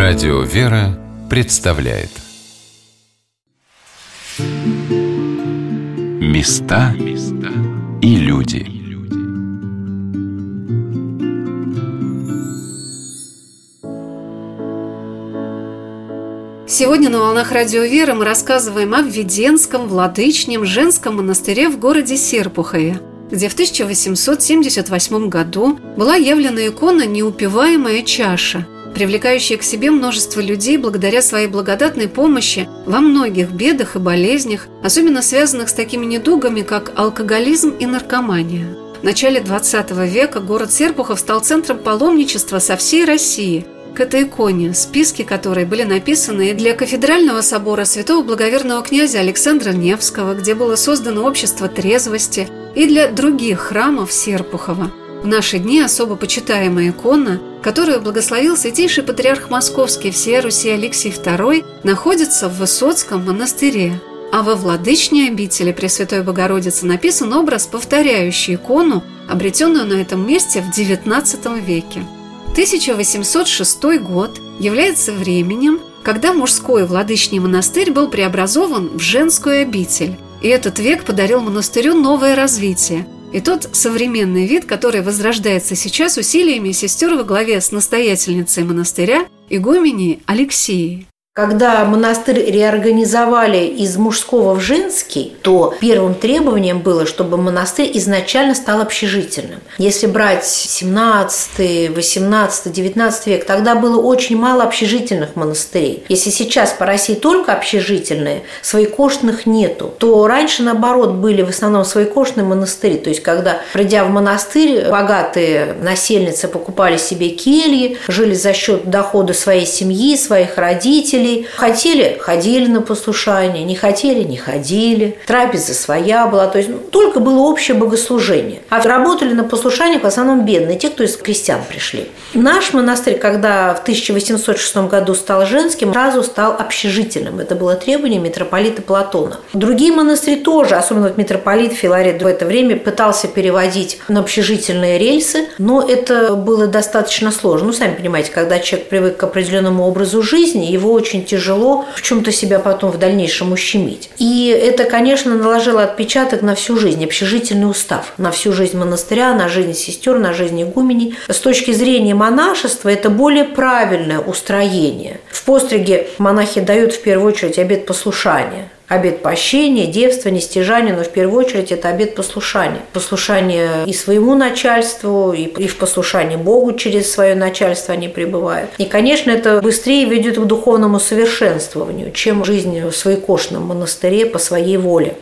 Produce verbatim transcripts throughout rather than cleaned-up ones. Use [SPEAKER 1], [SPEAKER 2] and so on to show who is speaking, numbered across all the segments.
[SPEAKER 1] Радио «Вера» представляет Места и люди.
[SPEAKER 2] Сегодня на волнах Радио «Вера» мы рассказываем о Введенском Владычнем женском монастыре в городе Серпухове, где в тысяча восемьсот семьдесят восьмом году была явлена икона «Неупиваемая чаша», привлекающая к себе множество людей благодаря своей благодатной помощи во многих бедах и болезнях, особенно связанных с такими недугами, как алкоголизм и наркомания. В начале двадцатого века город Серпухов стал центром паломничества со всей России к этой иконе, списки которой были написаны и для кафедрального собора святого благоверного князя Александра Невского, где было создано общество трезвости, и для других храмов Серпухова. В наши дни особо почитаемая икона, которую благословил святейший патриарх Московский всея Руси Алексий второй, находится в Высоцком монастыре, а во Владычной обители Пресвятой Богородицы написан образ, повторяющий икону, обретенную на этом месте в девятнадцатом веке. тысяча восемьсот шестой год является временем, когда мужской Владычный монастырь был преобразован в женскую обитель, и этот век подарил монастырю новое развитие и тот современный вид, который возрождается сейчас усилиями сестер во главе с настоятельницей монастыря игуменей Алексией.
[SPEAKER 3] Когда монастырь реорганизовали из мужского в женский, то первым требованием было, чтобы монастырь изначально стал общежительным. Если брать семнадцатый, восемнадцатый, девятнадцатый век, тогда было очень мало общежительных монастырей. Если сейчас по России только общежительные, своекошных нету, то раньше, наоборот, были в основном своекошные монастыри. То есть, когда, придя в монастырь, богатые насельницы покупали себе кельи, жили за счет дохода своей семьи, своих родителей. Хотели – ходили на послушание, не хотели – не ходили. Трапеза своя была, то есть только было общее богослужение. А работали на послушаниях в основном бедные, те, кто из крестьян пришли. Наш монастырь, когда в тысяча восемьсот шестом году стал женским, сразу стал общежительным. Это было требование митрополита Платона. Другие монастыри тоже, особенно вот митрополит Филарет в это время пытался переводить на общежительные рельсы, но это было достаточно сложно. Ну, сами понимаете, когда человек привык к определенному образу жизни, его очень очень тяжело в чем-то себя потом в дальнейшем ущемить. И это, конечно, наложило отпечаток на всю жизнь, общежительный устав, на всю жизнь монастыря, на жизнь сестер, на жизнь игуменей. С точки зрения монашества это более правильное устроение. В постриге монахи дают в первую очередь обет послушания. Обет пощения, девства, нестяжания, но в первую очередь это обет послушания. Послушание и своему начальству, и в послушании Богу через свое начальство они пребывают. И, конечно, это быстрее ведет к духовному совершенствованию, чем жизнь в своекошном монастыре по своей воле.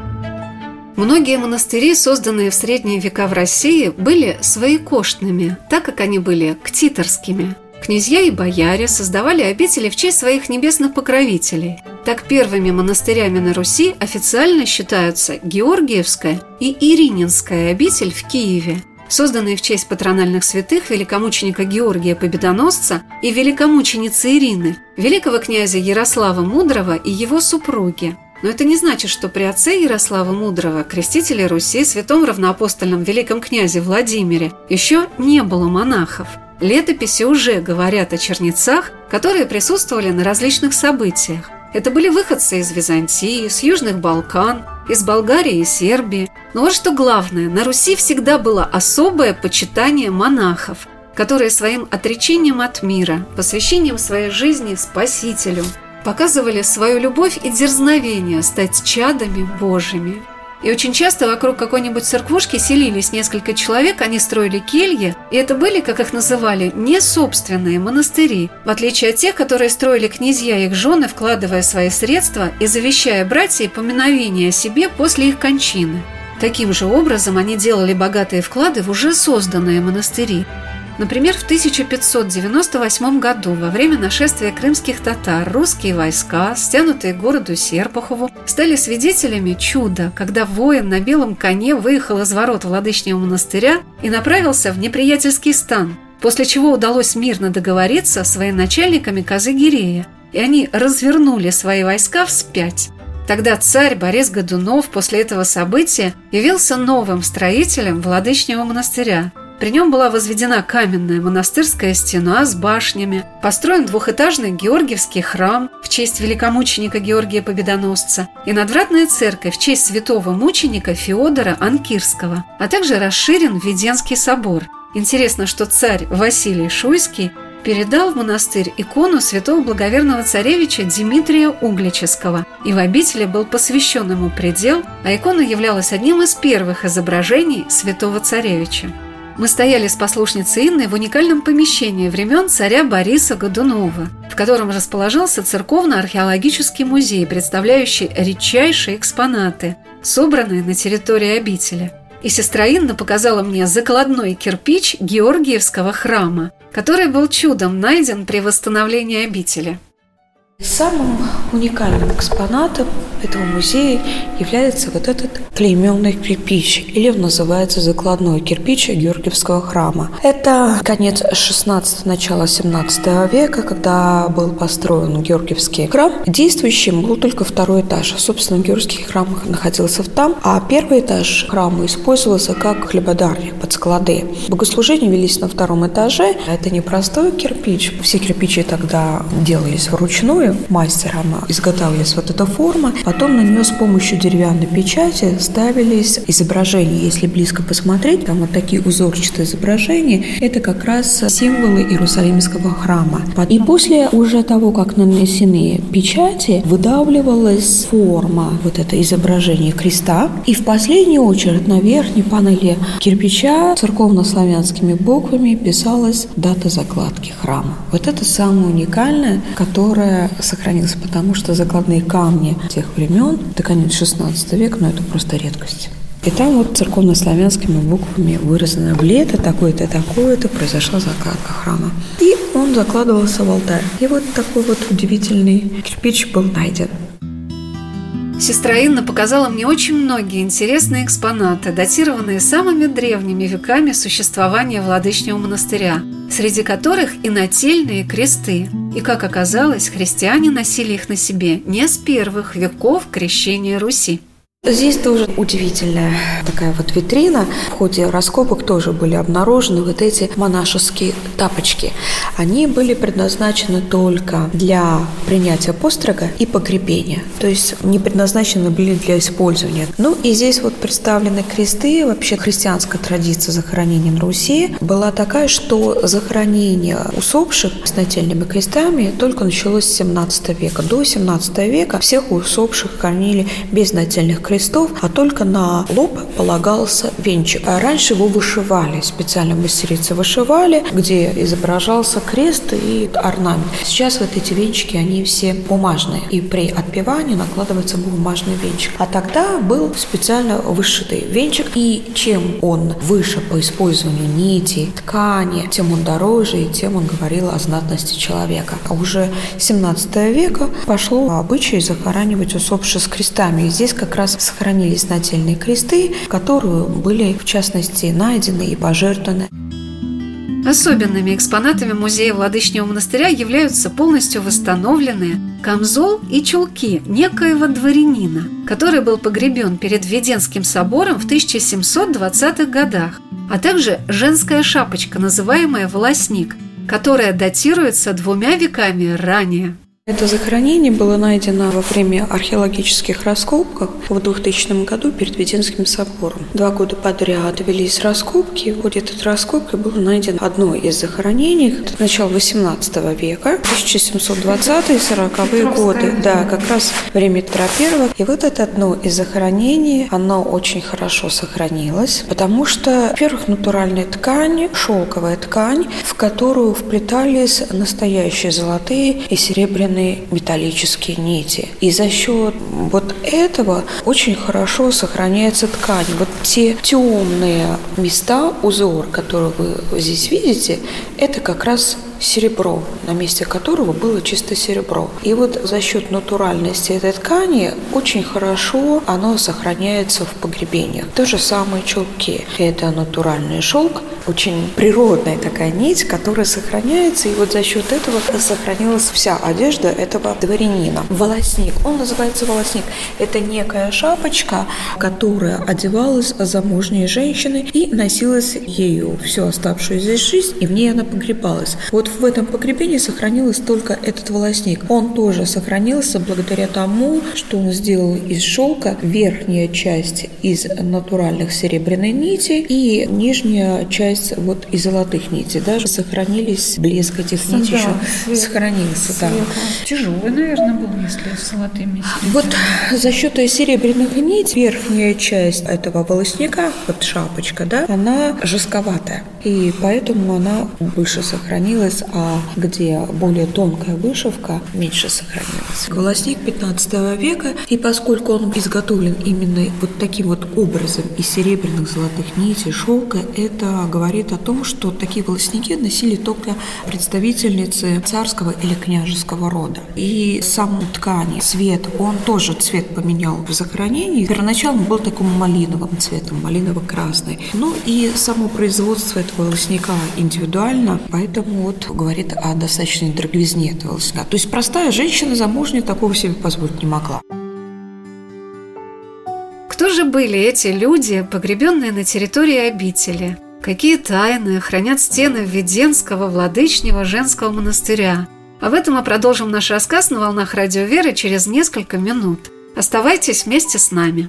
[SPEAKER 2] Многие монастыри, созданные в средние века в России, были своекошными, так как они были ктиторскими. Князья и бояре создавали обители в честь своих небесных покровителей. Так первыми монастырями на Руси официально считаются Георгиевская и Ирининская обитель в Киеве, созданные в честь патрональных святых великомученика Георгия Победоносца и великомученицы Ирины, великого князя Ярослава Мудрого и его супруги. Но это не значит, что при отце Ярослава Мудрого, крестителе Руси, святом равноапостольном великом князе Владимире, еще не было монахов. Летописи уже говорят о чернецах, которые присутствовали на различных событиях. Это были выходцы из Византии, с Южных Балкан, из Болгарии и Сербии. Но вот что главное, на Руси всегда было особое почитание монахов, которые своим отречением от мира, посвящением своей жизни Спасителю, показывали свою любовь и дерзновение стать чадами Божьими. И очень часто вокруг какой-нибудь церквушки селились несколько человек, они строили кельи, и это были, как их называли, не собственные монастыри, в отличие от тех, которые строили князья и их жены, вкладывая свои средства и завещая братьям поминовение о себе после их кончины. Таким же образом они делали богатые вклады в уже созданные монастыри. Например, в тысяча пятьсот девяносто восьмом году, во время нашествия крымских татар, русские войска, стянутые к городу Серпухову, стали свидетелями чуда, когда воин на белом коне выехал из ворот Владычного монастыря и направился в неприятельский стан, после чего удалось мирно договориться с военачальниками Козы-Гирея, и они развернули свои войска вспять. Тогда царь Борис Годунов после этого события явился новым строителем Владычного монастыря. При нем была возведена каменная монастырская стена с башнями, построен двухэтажный Георгиевский храм в честь великомученика Георгия Победоносца и надвратная церковь в честь святого мученика Феодора Анкирского, а также расширен Введенский собор. Интересно, что царь Василий Шуйский передал в монастырь икону святого благоверного царевича Дмитрия Угличского, и в обители был посвящен ему предел, а икона являлась одним из первых изображений святого царевича. Мы стояли с послушницей Инной в уникальном помещении времен царя Бориса Годунова, в котором расположился церковно-археологический музей, представляющий редчайшие экспонаты, собранные на территории обители. И сестра Инна показала мне закладной кирпич Георгиевского храма, который был чудом найден при восстановлении обители.
[SPEAKER 4] Самым уникальным экспонатом этого музея является вот этот клейменный кирпич, или он называется закладной кирпич Георгиевского храма. Это конец шестнадцатого, начало семнадцатого века, когда был построен Георгиевский храм. Действующим был только второй этаж. Собственно, Георгиевский храм находился там, а первый этаж храма использовался как хлебодарня под склады. Богослужения велись на втором этаже. Это не простой кирпич. Все кирпичи тогда делались вручную. Мастером изготавливалась вот эта форма. Потом на нее с помощью деревянной печати ставились изображения. Если близко посмотреть, там вот такие узорчатые изображения. Это как раз символы Иерусалимского храма. И после уже того, как нанесены печати, выдавливалась форма, вот это изображение креста. И в последнюю очередь на верхней панели кирпича церковно-славянскими буквами писалась дата закладки храма. Вот это самое уникальное, которое сохранился, потому что закладные камни тех времен, это конец шестнадцатого века, но это просто редкость. И там вот церковно-славянскими буквами выражено: в лето такое-то, такое-то произошла закладка храма. И он закладывался в алтарь. И вот такой вот удивительный кирпич был найден.
[SPEAKER 2] Сестра Инна показала мне очень многие интересные экспонаты, датированные самыми древними веками существования Владычного монастыря, среди которых и нательные кресты. И, как оказалось, христиане носили их на себе не с первых веков крещения Руси.
[SPEAKER 4] Здесь тоже удивительная такая вот витрина. В ходе раскопок тоже были обнаружены вот эти монашеские тапочки. Они были предназначены только для принятия построга и погребения. То есть не предназначены были для использования. Ну и здесь вот представлены кресты. Вообще христианская традиция захоронения на Руси была такая, что захоронение усопших с нательными крестами только началось с семнадцатого века. До семнадцатого века всех усопших хоронили без нательных крестов, а только на лоб полагался венчик. А раньше его вышивали, специально мастерицы вышивали, где изображался крест и орнамент. Сейчас вот эти венчики, они все бумажные, и при отпевании накладывается бумажный венчик. А тогда был специально вышитый венчик, и чем он выше по использованию нити, ткани, тем он дороже, и тем он говорил о знатности человека. А уже с семнадцатого века пошло обычай захоранивать усопших с крестами. И здесь как раз сохранились нательные кресты, которые были, в частности, найдены и пожертвованы.
[SPEAKER 2] Особенными экспонатами музея Владычного монастыря являются полностью восстановленные камзол и чулки некоего дворянина, который был погребен перед Введенским собором в тысяча семьсот двадцатых годах, а также женская шапочка, называемая волосник, которая датируется двумя веками ранее.
[SPEAKER 4] Это захоронение было найдено во время археологических раскопок в двухтысячном году перед Введенским собором. Два года подряд велись раскопки. В ходе этой раскопки было найдено одно из захоронений. Это начало восемнадцатого века, тысяча семьсот двадцатые, сороковые годы. Да, как раз время Петра Первого. И вот это одно из захоронений, оно очень хорошо сохранилось, потому что, во-первых, натуральная ткань, шелковая ткань, в которую вплетались настоящие золотые и серебряные металлические нити. И за счет вот этого очень хорошо сохраняется ткань. Вот те темные места, узор, которые вы здесь видите, это как раз серебро, на месте которого было чисто серебро. И вот за счет натуральности этой ткани очень хорошо оно сохраняется в погребениях. То же самое чулки. Это натуральный шелк, очень природная такая нить, которая сохраняется, и вот за счет этого сохранилась вся одежда этого дворянина. Волосник, он называется волосник. Это некая шапочка, которая одевалась замужней женщиной и носилась ею всю оставшуюся здесь жизнь, и в ней она погребалась. Вот в этом погребении сохранился только этот волосник. Он тоже сохранился благодаря тому, что он сделал из шелка, верхняя часть из натуральных серебряной нити и нижняя часть вот из золотых нитей. Даже сохранились блеск этих нитей, да, еще свет, сохранился. Да.
[SPEAKER 5] Тяжелый, наверное, был, если с золотыми.
[SPEAKER 4] Вот за счет серебряных нитей верхняя часть этого волосника, вот шапочка, да, она жестковатая. И поэтому она больше сохранилась, а где более тонкая вышивка, меньше сохранилась. Волосник пятнадцатого века, и поскольку он изготовлен именно вот таким вот образом из серебряных, золотых нитей, шелка, это говорит о том, что такие волосники носили только представительницы царского или княжеского рода. И сам ткани, цвет, он тоже цвет поменял в захоронении. Первоначально был таким малиновым цветом, малиново-красный. Ну и само производство этого волосника индивидуально, поэтому вот говорит о достаточной дороговизне этого волосника. То есть простая женщина замужняя такого себе позволить не могла.
[SPEAKER 2] Кто же были эти люди, погребенные на территории обители? Какие тайны хранят стены Введенского Владычнего женского монастыря? Об этом мы продолжим наш рассказ на волнах Радио Веры через несколько минут. Оставайтесь вместе с нами.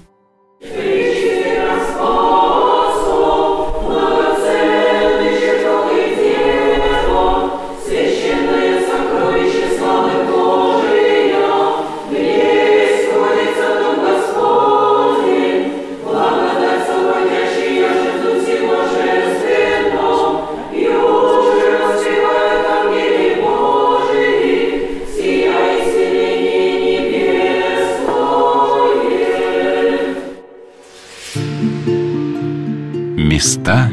[SPEAKER 1] Места